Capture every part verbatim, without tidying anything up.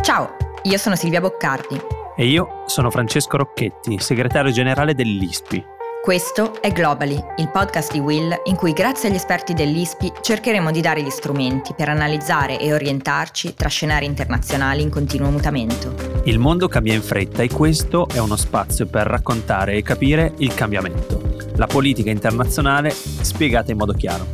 Ciao, io sono Silvia Boccardi. E io sono Francesco Rocchetti, segretario generale dell'I S P I. Questo è Globally, il podcast di Will in cui grazie agli esperti dell'I S P I cercheremo di dare gli strumenti per analizzare e orientarci tra scenari internazionali in continuo mutamento. Il mondo cambia in fretta e questo è uno spazio per raccontare e capire il cambiamento. La politica internazionale spiegata in modo chiaro.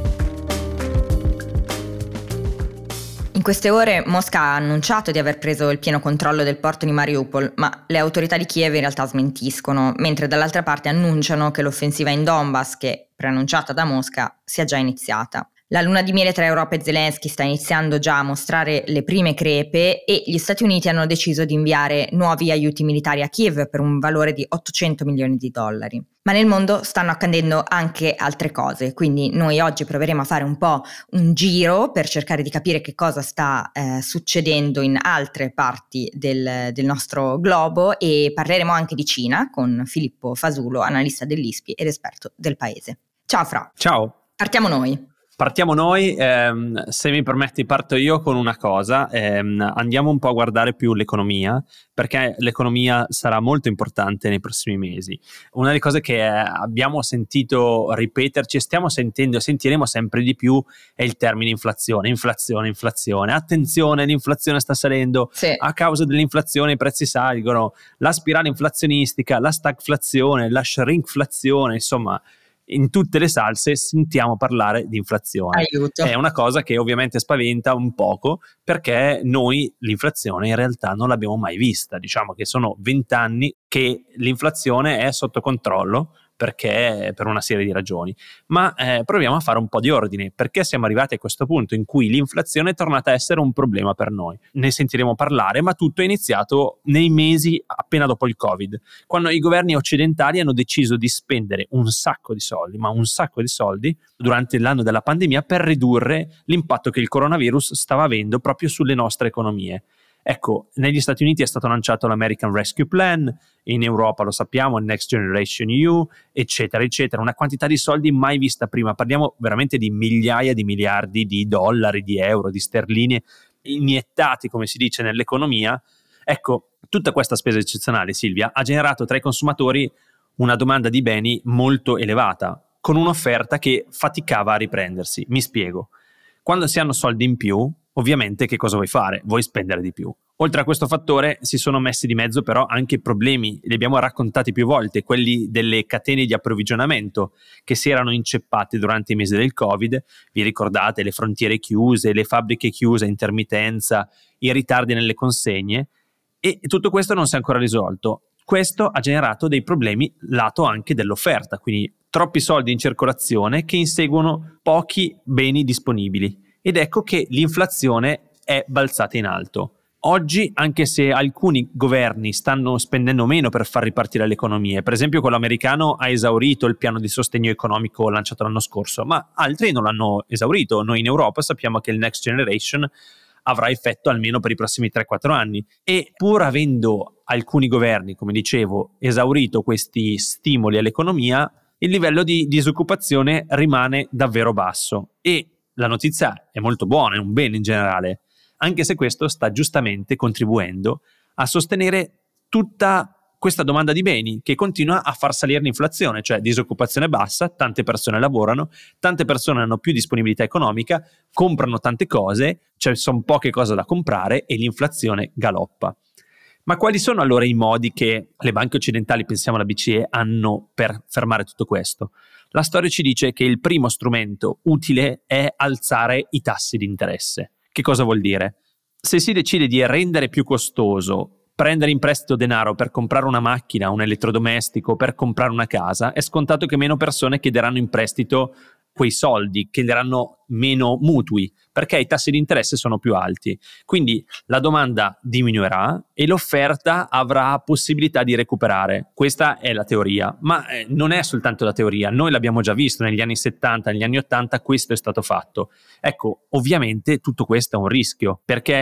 In queste ore Mosca ha annunciato di aver preso il pieno controllo del porto di Mariupol, ma le autorità di Kiev in realtà smentiscono, mentre dall'altra parte annunciano che l'offensiva in Donbass, che preannunciata da Mosca, sia già iniziata. La luna di miele tra Europa e Zelensky sta iniziando già a mostrare le prime crepe e gli Stati Uniti hanno deciso di inviare nuovi aiuti militari a Kiev per un valore di ottocento milioni di dollari. Ma nel mondo stanno accadendo anche altre cose, quindi noi oggi proveremo a fare un po' un giro per cercare di capire che cosa sta eh, succedendo in altre parti del, del nostro globo e parleremo anche di Cina con Filippo Fasulo, analista dell'I S P I ed esperto del paese. Ciao Fra. Ciao. Partiamo noi. Partiamo noi, ehm, se mi permetti parto io con una cosa, ehm, andiamo un po' a guardare più l'economia, perché l'economia sarà molto importante nei prossimi mesi. Una delle cose che abbiamo sentito ripeterci e stiamo sentendo e sentiremo sempre di più è il termine inflazione, inflazione, inflazione. Attenzione, l'inflazione sta salendo, sì. A causa dell'inflazione i prezzi salgono, la spirale inflazionistica, la stagflazione, la shrinkflazione, insomma... In tutte le salse sentiamo parlare di inflazione. Aiuto. È una cosa che ovviamente spaventa un poco perché noi l'inflazione in realtà non l'abbiamo mai vista. Diciamo che sono vent'anni che l'inflazione è sotto controllo perché per una serie di ragioni. Ma eh, proviamo a fare un po' di ordine. Perché siamo arrivati a questo punto in cui l'inflazione è tornata a essere un problema per noi? Ne sentiremo parlare, ma tutto è iniziato nei mesi appena dopo il Covid, quando i governi occidentali hanno deciso di spendere un sacco di soldi, ma un sacco di soldi, durante l'anno della pandemia per ridurre l'impatto che il coronavirus stava avendo proprio sulle nostre economie. Ecco, negli Stati Uniti è stato lanciato l'American Rescue Plan, in Europa lo sappiamo, il Next Generation E U, eccetera, eccetera. Una quantità di soldi mai vista prima. Parliamo veramente di migliaia di miliardi di dollari, di euro, di sterline iniettati, come si dice, nell'economia. Ecco, tutta questa spesa eccezionale, Silvia, ha generato tra i consumatori una domanda di beni molto elevata, con un'offerta che faticava a riprendersi. Mi spiego. Quando si hanno soldi in più, ovviamente che cosa vuoi fare? Vuoi spendere di più. Oltre a questo fattore si sono messi di mezzo però anche problemi, li abbiamo raccontati più volte, quelli delle catene di approvvigionamento che si erano inceppate durante i mesi del Covid. Vi ricordate le frontiere chiuse, le fabbriche chiuse, intermittenza, i ritardi nelle consegne, e tutto questo non si è ancora risolto. Questo ha generato dei problemi lato anche dell'offerta, quindi troppi soldi in circolazione che inseguono pochi beni disponibili. Ed ecco che l'inflazione è balzata in alto. Oggi, anche se alcuni governi stanno spendendo meno per far ripartire le economie, per esempio quello americano ha esaurito il piano di sostegno economico lanciato l'anno scorso, ma altri non l'hanno esaurito. Noi in Europa sappiamo che il Next Generation avrà effetto almeno per i prossimi tre quattro anni e pur avendo alcuni governi, come dicevo, esaurito questi stimoli all'economia, il livello di disoccupazione rimane davvero basso e la notizia è molto buona, è un bene in generale, anche se questo sta giustamente contribuendo a sostenere tutta questa domanda di beni che continua a far salire l'inflazione, cioè disoccupazione bassa, tante persone lavorano, tante persone hanno più disponibilità economica, comprano tante cose, cioè sono poche cose da comprare e l'inflazione galoppa. Ma quali sono allora i modi che le banche occidentali, pensiamo alla B C E, hanno per fermare tutto questo? La storia ci dice che il primo strumento utile è alzare i tassi di interesse. Che cosa vuol dire? Se si decide di rendere più costoso prendere in prestito denaro per comprare una macchina, un elettrodomestico, per comprare una casa, è scontato che meno persone chiederanno in prestito quei soldi, chiederanno meno mutui, perché i tassi di interesse sono più alti. Quindi la domanda diminuirà e l'offerta avrà possibilità di recuperare. Questa è la teoria, ma eh, non è soltanto la teoria. Noi l'abbiamo già visto negli anni settanta, negli anni ottanta, questo è stato fatto. Ecco, ovviamente tutto questo è un rischio, perché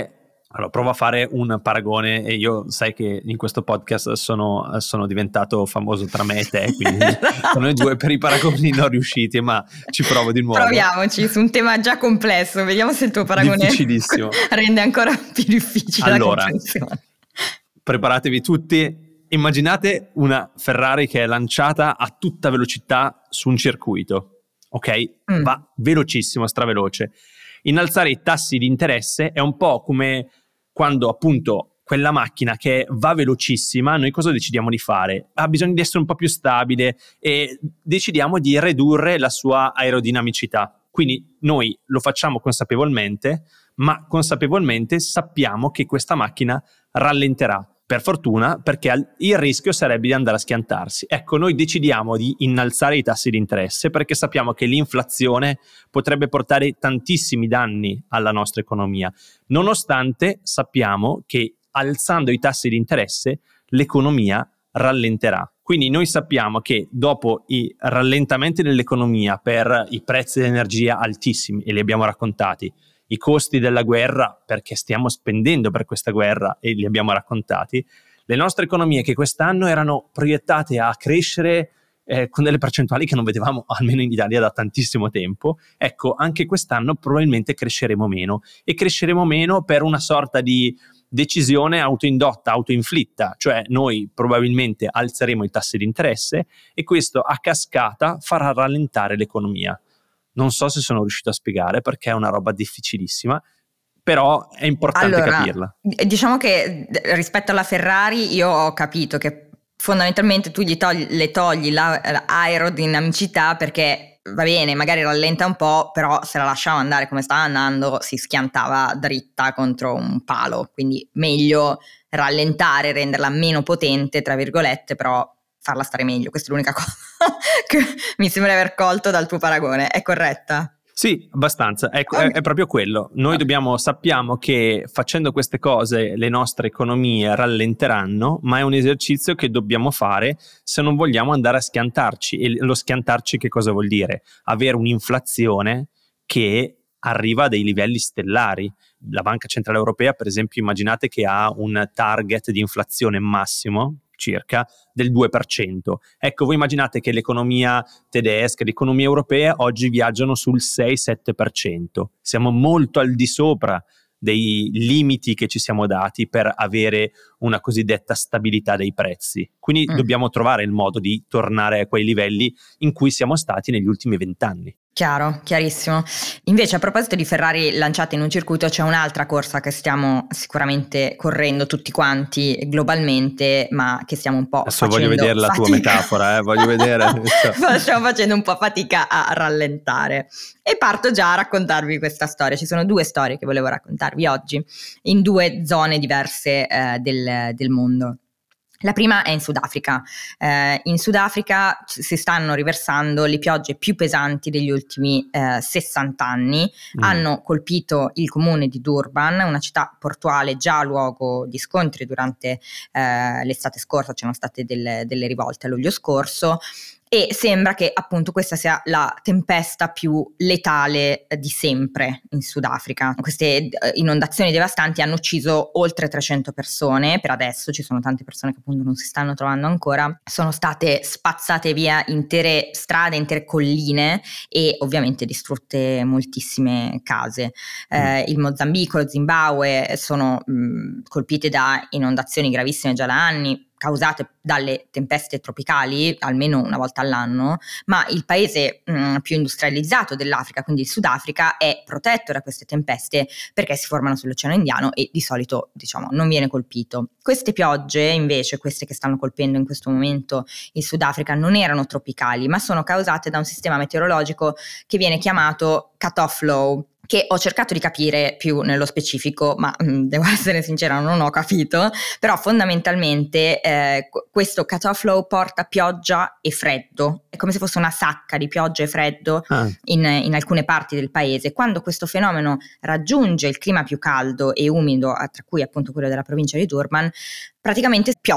Allora, provo a fare un paragone, e io sai che in questo podcast sono, sono diventato famoso tra me e te, quindi sono noi due per i paragoni non riusciti, ma ci provo di nuovo. Proviamoci su un tema già complesso, vediamo se il tuo paragone difficilissimo rende ancora più difficile allora, la comprensione. Preparatevi tutti, immaginate una Ferrari che è lanciata a tutta velocità su un circuito, ok? Mm. Va velocissimo, straveloce. Innalzare i tassi di interesse è un po' come quando appunto quella macchina che va velocissima, noi cosa decidiamo di fare? Ha bisogno di essere un po' più stabile e decidiamo di ridurre la sua aerodinamicità. Quindi noi lo facciamo consapevolmente, ma consapevolmente sappiamo che questa macchina rallenterà. Per fortuna, perché il rischio sarebbe di andare a schiantarsi. Ecco, noi decidiamo di innalzare i tassi di interesse perché sappiamo che l'inflazione potrebbe portare tantissimi danni alla nostra economia. Nonostante sappiamo che alzando i tassi di interesse l'economia rallenterà. Quindi noi sappiamo che dopo i rallentamenti dell'economia per i prezzi dell'energia altissimi, e li abbiamo raccontati, i costi della guerra perché stiamo spendendo per questa guerra e li abbiamo raccontati, le nostre economie che quest'anno erano proiettate a crescere eh, con delle percentuali che non vedevamo almeno in Italia da tantissimo tempo, ecco, anche quest'anno probabilmente cresceremo meno, e cresceremo meno per una sorta di decisione autoindotta, autoinflitta, cioè noi probabilmente alzeremo i tassi di interesse e questo a cascata farà rallentare l'economia. Non so se sono riuscito a spiegare perché è una roba difficilissima, però è importante allora, capirla. Diciamo che rispetto alla Ferrari io ho capito che fondamentalmente tu gli togli, le togli l'aerodinamicità perché va bene, magari rallenta un po', però se la lasciava andare come stava andando si schiantava dritta contro un palo, quindi meglio rallentare, renderla meno potente, tra virgolette, però farla stare meglio. Questa è l'unica cosa che mi sembra aver colto dal tuo paragone. È corretta? Sì, abbastanza, è, è, è proprio quello. Noi dobbiamo, sappiamo che facendo queste cose le nostre economie rallenteranno, ma è un esercizio che dobbiamo fare se non vogliamo andare a schiantarci. E lo schiantarci che cosa vuol dire? Avere un'inflazione che arriva a dei livelli stellari. La Banca Centrale Europea, per esempio, immaginate che ha un target di inflazione massimo circa del due per cento. Ecco, voi immaginate che l'economia tedesca, l'economia europea oggi viaggiano sul sei sette per cento. Siamo molto al di sopra dei limiti che ci siamo dati per avere una cosiddetta stabilità dei prezzi. Quindi mm. dobbiamo trovare il modo di tornare a quei livelli in cui siamo stati negli ultimi vent'anni. Chiaro, chiarissimo. Invece a proposito di Ferrari lanciate in un circuito, c'è un'altra corsa che stiamo sicuramente correndo tutti quanti globalmente, ma che stiamo un po' Adesso facendo voglio vedere la fatica. tua metafora, eh? voglio vedere. Stiamo facendo un po' fatica a rallentare. E parto già a raccontarvi questa storia. Ci sono due storie che volevo raccontarvi oggi, in due zone diverse eh, del, del mondo. La prima è in Sudafrica. Eh, in Sudafrica si stanno riversando le piogge più pesanti degli ultimi eh, sessanta anni. Mm. Hanno colpito il comune di Durban, una città portuale già luogo di scontri durante eh, l'estate scorsa, c'erano state delle, delle rivolte a luglio scorso. E sembra che appunto questa sia la tempesta più letale di sempre in Sudafrica. Queste inondazioni devastanti hanno ucciso oltre trecento persone, per adesso ci sono tante persone che appunto non si stanno trovando ancora, sono state spazzate via intere strade, intere colline e ovviamente distrutte moltissime case. Eh, il Mozambico, lo Zimbabwe sono mh, colpite da inondazioni gravissime già da anni, causate dalle tempeste tropicali almeno una volta all'anno, ma il paese mh, più industrializzato dell'Africa, quindi il Sudafrica, è protetto da queste tempeste perché si formano sull'Oceano Indiano e di solito, diciamo, non viene colpito. Queste piogge, invece, queste che stanno colpendo in questo momento il Sudafrica, non erano tropicali, ma sono causate da un sistema meteorologico che viene chiamato cut-off flow, che ho cercato di capire più nello specifico, ma mh, devo essere sincera, non ho capito, però fondamentalmente eh, questo cut-off flow porta pioggia e freddo, è come se fosse una sacca di pioggia e freddo ah. in, in alcune parti del paese. Quando questo fenomeno raggiunge il clima più caldo e umido, tra cui appunto quello della provincia di Durban, praticamente piove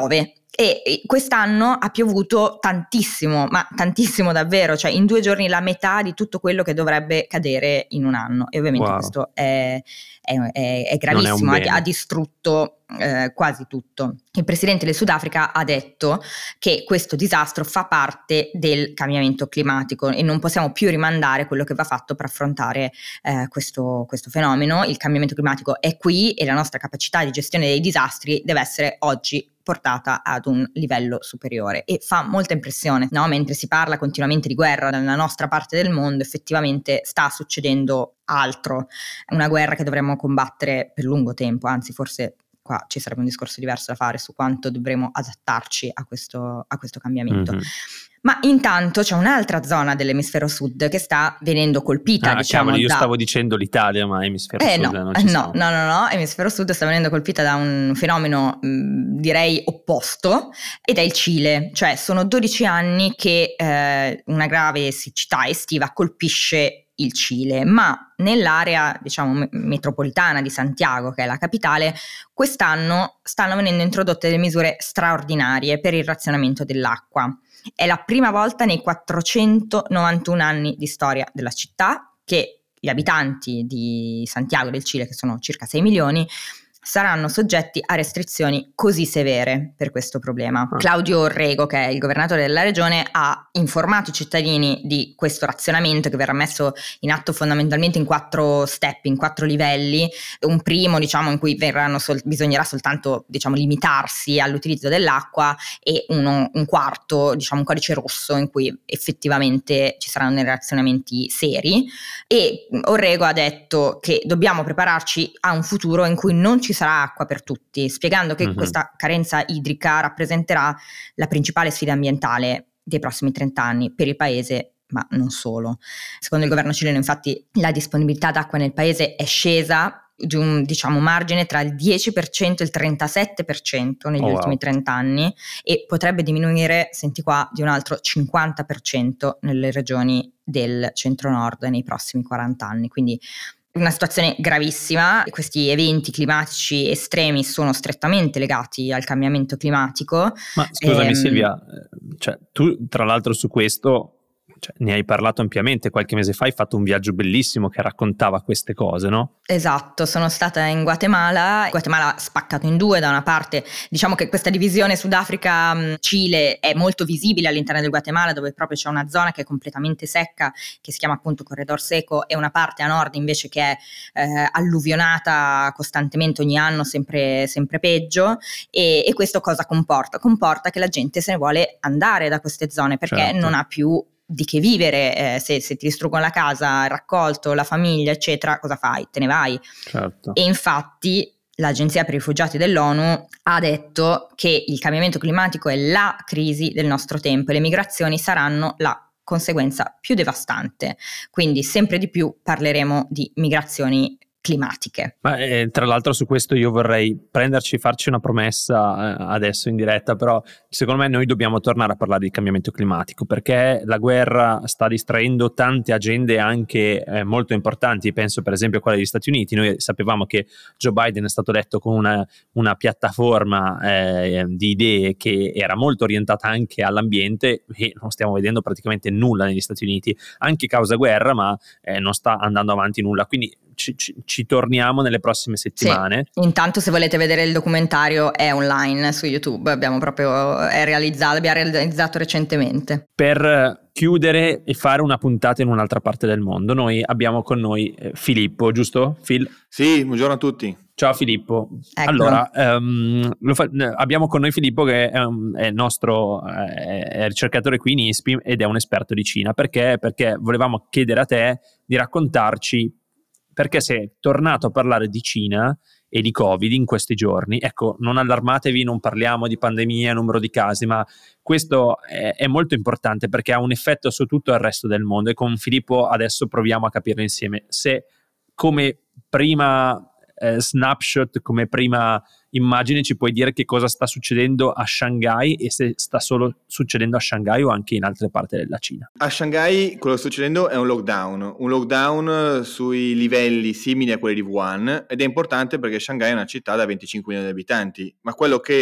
E quest'anno ha piovuto tantissimo, ma tantissimo davvero, cioè in due giorni la metà di tutto quello che dovrebbe cadere in un anno, e ovviamente wow. questo è, è, è, è gravissimo, è ha, ha distrutto eh, quasi tutto. Il presidente del Sudafrica ha detto che questo disastro fa parte del cambiamento climatico e non possiamo più rimandare quello che va fatto per affrontare eh, questo, questo fenomeno. Il cambiamento climatico è qui e la nostra capacità di gestione dei disastri deve essere oggi portata ad un livello superiore, e fa molta impressione, no? Mentre si parla continuamente di guerra nella nostra parte del mondo, effettivamente sta succedendo altro, una guerra che dovremmo combattere per lungo tempo, anzi forse qua ci sarebbe un discorso diverso da fare su quanto dovremo adattarci a questo, a questo cambiamento. Mm-hmm. Ma intanto c'è un'altra zona dell'emisfero sud che sta venendo colpita, ah, diciamo cavoli, io da... stavo dicendo l'Italia, ma emisfero eh, sud no, non ci no, siamo. no, no, no, emisfero sud sta venendo colpita da un fenomeno mh, direi opposto, ed è il Cile. Cioè sono dodici anni che eh, una grave siccità estiva colpisce il Cile, ma nell'area diciamo metropolitana di Santiago, che è la capitale, quest'anno stanno venendo introdotte delle misure straordinarie per il razionamento dell'acqua. È la prima volta nei quattrocentonovantuno anni di storia della città che gli abitanti di Santiago del Cile, che sono circa sei milioni, saranno soggetti a restrizioni così severe per questo problema. Ah. Claudio Orrego, che è il governatore della regione, ha informato i cittadini di questo razionamento che verrà messo in atto fondamentalmente in quattro step, in quattro livelli. Un primo, diciamo, in cui verranno sol- bisognerà soltanto, diciamo, limitarsi all'utilizzo dell'acqua, e uno, un quarto, diciamo, un codice rosso in cui effettivamente ci saranno dei razionamenti seri. E Orrego ha detto che dobbiamo prepararci a un futuro in cui non ci sarà acqua per tutti, spiegando che mm-hmm. questa carenza idrica rappresenterà la principale sfida ambientale dei prossimi trenta anni per il paese, ma non solo. Secondo il governo cileno, infatti, la disponibilità d'acqua nel paese è scesa di un, diciamo, margine tra il dieci per cento e il trentasette per cento negli oh, ultimi wow. trenta anni, e potrebbe diminuire, senti qua, di un altro cinquanta per cento nelle regioni del centro-nord nei prossimi quaranta anni. Quindi una situazione gravissima. Questi eventi climatici estremi sono strettamente legati al cambiamento climatico. Ma scusami ehm, Silvia, cioè, tu tra l'altro su questo cioè, ne hai parlato ampiamente qualche mese fa, hai fatto un viaggio bellissimo che raccontava queste cose, no? Esatto, sono stata in Guatemala, Guatemala spaccato in due. Da una parte diciamo che questa divisione Sudafrica-Cile è molto visibile all'interno del Guatemala, dove proprio c'è una zona che è completamente secca, che si chiama appunto Corredor Seco, e una parte a nord invece che è eh, alluvionata costantemente ogni anno, sempre, sempre peggio, e, e questo cosa comporta? Comporta che la gente se ne vuole andare da queste zone perché certo. non ha più di che vivere, eh, se, se ti distruggono la casa, il raccolto, la famiglia, eccetera, cosa fai? Te ne vai. Certo. E infatti l'Agenzia per i rifugiati dell'ONU ha detto che il cambiamento climatico è la crisi del nostro tempo e le migrazioni saranno la conseguenza più devastante. Quindi sempre di più parleremo di migrazioni climatiche. Ma eh, tra l'altro su questo io vorrei prenderci e farci una promessa eh, adesso in diretta, però secondo me noi dobbiamo tornare a parlare di cambiamento climatico, perché la guerra sta distraendo tante agende anche eh, molto importanti. Penso per esempio a quella degli Stati Uniti. Noi sapevamo che Joe Biden è stato eletto con una, una piattaforma eh, di idee che era molto orientata anche all'ambiente, e non stiamo vedendo praticamente nulla negli Stati Uniti, anche causa guerra, ma eh, non sta andando avanti nulla, quindi Ci, ci, ci torniamo nelle prossime settimane. Sì. Intanto se volete vedere il documentario è online su YouTube, abbiamo proprio è realizzato, abbiamo realizzato recentemente. Per chiudere e fare una puntata in un'altra parte del mondo, noi abbiamo con noi eh, Filippo, giusto Phil? Sì, buongiorno a tutti. Ciao Filippo. Ecco. Allora, um, lo fa- abbiamo con noi Filippo che è, um, è nostro eh, è ricercatore qui in I S P I ed è un esperto di Cina. Perché? Perché volevamo chiedere a te di raccontarci perché sei tornato a parlare di Cina e di Covid in questi giorni. Ecco, non allarmatevi, non parliamo di pandemia, numero di casi, ma questo è, è molto importante perché ha un effetto su tutto il resto del mondo, e con Filippo adesso proviamo a capirlo insieme. Se come prima eh, snapshot, come prima immagine ci puoi dire che cosa sta succedendo a Shanghai, e se sta solo succedendo a Shanghai o anche in altre parti della Cina? A Shanghai quello che sta succedendo è un lockdown, un lockdown sui livelli simili a quelli di Wuhan, ed è importante perché Shanghai è una città da venticinque milioni di abitanti, ma quello che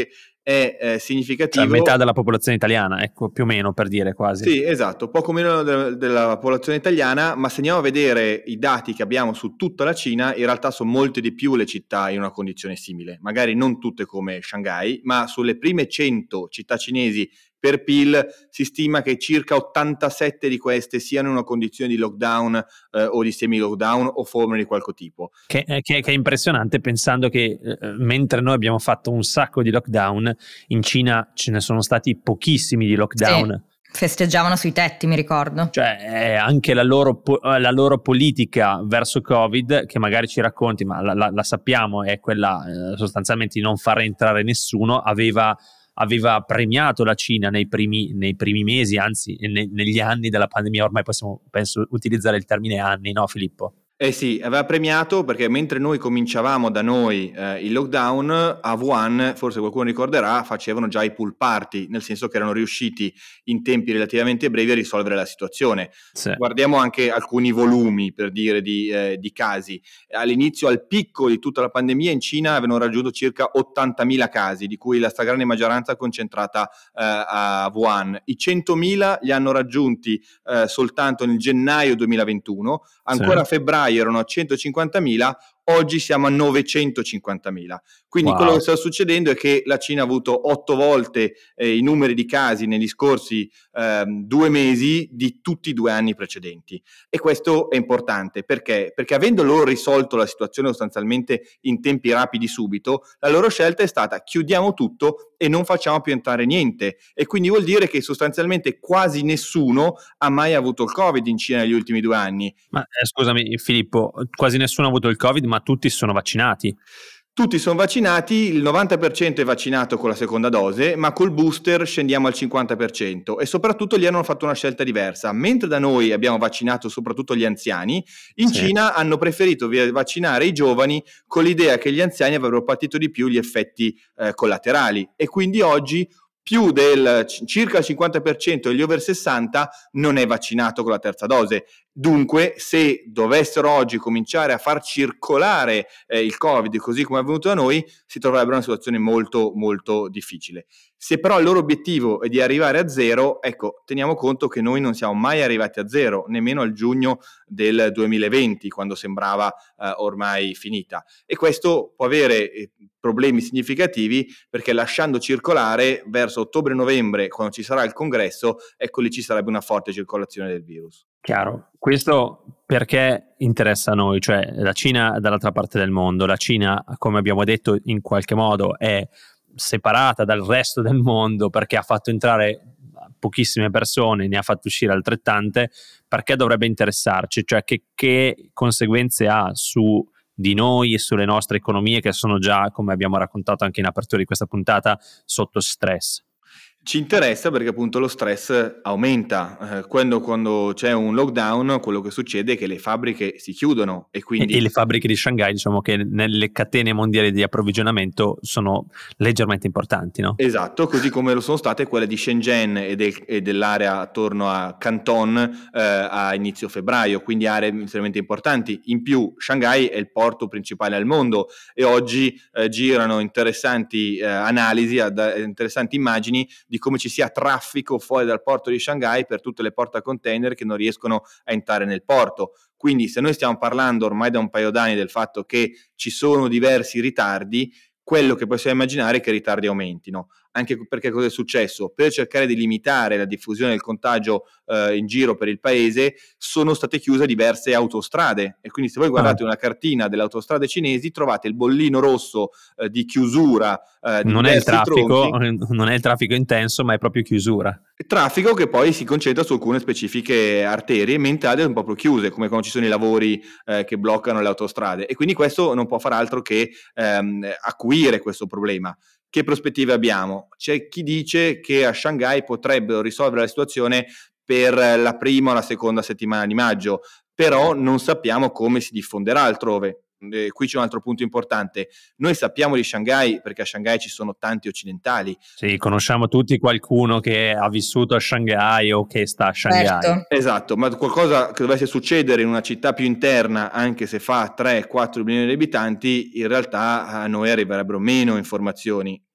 è eh, significativo. Cioè metà della popolazione italiana, ecco, più o meno, per dire, quasi. Sì, esatto, poco meno de- della popolazione italiana, ma se andiamo a vedere i dati che abbiamo su tutta la Cina, in realtà sono molte di più le città in una condizione simile, magari non tutte come Shanghai, ma sulle prime cento città cinesi per P I L si stima che circa ottantasette di queste siano in una condizione di lockdown eh, o di semi-lockdown o forme di qualche tipo. Che, che, che è impressionante, pensando che eh, mentre noi abbiamo fatto un sacco di lockdown, in Cina ce ne sono stati pochissimi di lockdown. Sì, festeggiavano sui tetti, mi ricordo. Cioè eh, anche la loro, la loro politica verso Covid, che magari ci racconti, ma la, la, la sappiamo, è quella eh, sostanzialmente di non far entrare nessuno, aveva aveva premiato la Cina nei primi, nei primi mesi, anzi ne, negli anni della pandemia. Ormai possiamo, penso, utilizzare il termine anni, no Filippo? Eh sì, aveva premiato perché mentre noi cominciavamo da noi eh, il lockdown, a Wuhan, forse qualcuno ricorderà, facevano già i pool party, nel senso che erano riusciti in tempi relativamente brevi a risolvere la situazione. Sì. Guardiamo anche alcuni volumi, per dire, di, eh, di casi. All'inizio, al picco di tutta la pandemia, in Cina avevano raggiunto circa ottantamila casi, di cui la stragrande maggioranza concentrata eh, a Wuhan. I centomila li hanno raggiunti eh, soltanto nel gennaio duemilaventuno, ancora Sì. a febbraio erano a centocinquantamila, oggi siamo a novecentocinquantamila. Quindi wow. Quello che sta succedendo è che la Cina ha avuto otto volte eh, i numeri di casi negli scorsi eh, due mesi di tutti i due anni precedenti. E questo è importante perché? Perché avendo loro risolto la situazione sostanzialmente in tempi rapidi subito, la loro scelta è stata: chiudiamo tutto e non facciamo più entrare niente. E quindi vuol dire che sostanzialmente quasi nessuno ha mai avuto il Covid in Cina negli ultimi due anni. Ma eh, scusami Filippo, quasi nessuno ha avuto il Covid, ma tutti sono vaccinati. Tutti sono vaccinati, il novanta per cento è vaccinato con la seconda dose, ma col booster scendiamo al cinquanta per cento e soprattutto lì hanno fatto una scelta diversa. Mentre da noi abbiamo vaccinato soprattutto gli anziani, in sì. Cina hanno preferito vaccinare i giovani con l'idea che gli anziani avrebbero patito di più gli effetti eh, collaterali e quindi oggi più del circa il cinquanta per cento degli over sessanta non è vaccinato con la terza dose. Dunque, se dovessero oggi cominciare a far circolare eh, il Covid così come è avvenuto da noi, si troverebbero in una situazione molto molto difficile. Se però il loro obiettivo è di arrivare a zero, ecco, teniamo conto che noi non siamo mai arrivati a zero, nemmeno al giugno del duemilaventi, quando sembrava eh, ormai finita. E questo può avere eh, problemi significativi, perché lasciando circolare verso ottobre-novembre, quando ci sarà il congresso, ecco lì ci sarebbe una forte circolazione del virus. Chiaro, questo perché interessa a noi, cioè la Cina è dall'altra parte del mondo, la Cina, come abbiamo detto, in qualche modo è separata dal resto del mondo perché ha fatto entrare pochissime persone, ne ha fatto uscire altrettante. Perché dovrebbe interessarci? Cioè che, che conseguenze ha su di noi e sulle nostre economie che sono già, come abbiamo raccontato anche in apertura di questa puntata, sotto stress? Ci interessa perché appunto lo stress aumenta. Eh, quando, quando c'è un lockdown, quello che succede è che le fabbriche si chiudono e quindi... E, e le fabbriche di Shanghai, diciamo che nelle catene mondiali di approvvigionamento sono leggermente importanti, no? Esatto, così come lo sono state quelle di Shenzhen e, del, e dell'area attorno a Canton eh, a inizio febbraio, quindi aree estremamente importanti. In più Shanghai è il porto principale al mondo e oggi eh, girano interessanti eh, analisi, ad, interessanti immagini di come ci sia traffico fuori dal porto di Shanghai per tutte le portacontainer che non riescono a entrare nel porto. Quindi se noi stiamo parlando ormai da un paio d'anni del fatto che ci sono diversi ritardi, quello che possiamo immaginare è che i ritardi aumentino, anche perché cosa è successo? Per cercare di limitare la diffusione del contagio eh, in giro per il paese sono state chiuse diverse autostrade e quindi se voi guardate ah. una cartina delle autostrade cinesi trovate il bollino rosso eh, di chiusura eh, di non è il traffico, tronchi. Non è il traffico intenso, ma è proprio chiusura. Traffico che poi si concentra su alcune specifiche arterie, mentre altre sono proprio chiuse, come quando ci sono i lavori eh, che bloccano le autostrade e quindi questo non può far altro che ehm, acuire questo problema. Che prospettive abbiamo? C'è chi dice che a Shanghai potrebbero risolvere la situazione per la prima o la seconda settimana di maggio, però non sappiamo come si diffonderà altrove. Eh, qui c'è un altro punto importante. Noi sappiamo di Shanghai perché a Shanghai ci sono tanti occidentali. Sì, conosciamo tutti qualcuno che ha vissuto a Shanghai o che sta a Shanghai. Certo. Esatto, ma qualcosa che dovesse succedere in una città più interna, anche se fa tre quattro milioni di abitanti, in realtà a noi arriverebbero meno informazioni.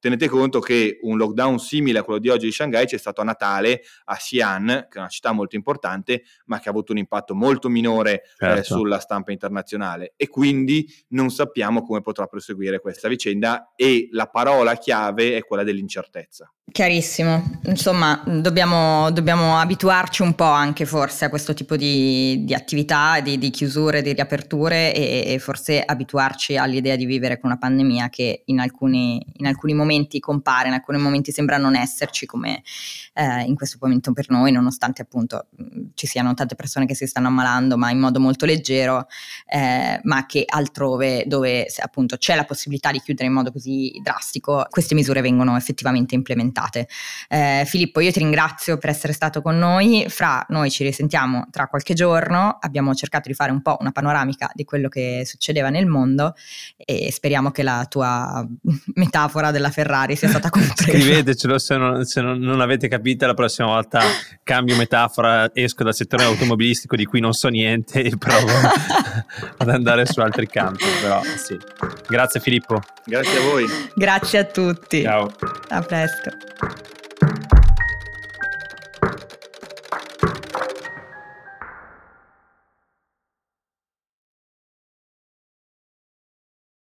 tenete conto che un lockdown simile a quello di oggi di Shanghai c'è stato a Natale a Xi'an, che è una città molto importante, ma che ha avuto un impatto molto minore certo. eh, sulla stampa internazionale, e quindi non sappiamo come potrà proseguire questa vicenda, e la parola chiave è quella dell'incertezza. Chiarissimo, insomma dobbiamo, dobbiamo abituarci un po' anche forse a questo tipo di, di attività, di, di chiusure, di riaperture, e, e forse abituarci all'idea di vivere con una pandemia che in alcuni, in alcuni momenti compare, in alcuni momenti sembra non esserci, come eh, in questo momento per noi, nonostante appunto ci siano tante persone che si stanno ammalando ma in modo molto leggero, eh, ma che altrove dove appunto c'è la possibilità di chiudere in modo così drastico, queste misure vengono effettivamente implementate. Eh, Filippo, io ti ringrazio per essere stato con noi. Fra noi ci risentiamo tra qualche giorno. Abbiamo cercato di fare un po' una panoramica di quello che succedeva nel mondo e speriamo che la tua metafora della Ferrari sia stata compresa. Scrivetecelo se, non, se non, non avete capito, la prossima volta cambio metafora, esco dal settore automobilistico di cui non so niente e provo ad andare su altri campi, però sì. Grazie Filippo. Grazie a voi. Grazie a tutti. Ciao. A presto.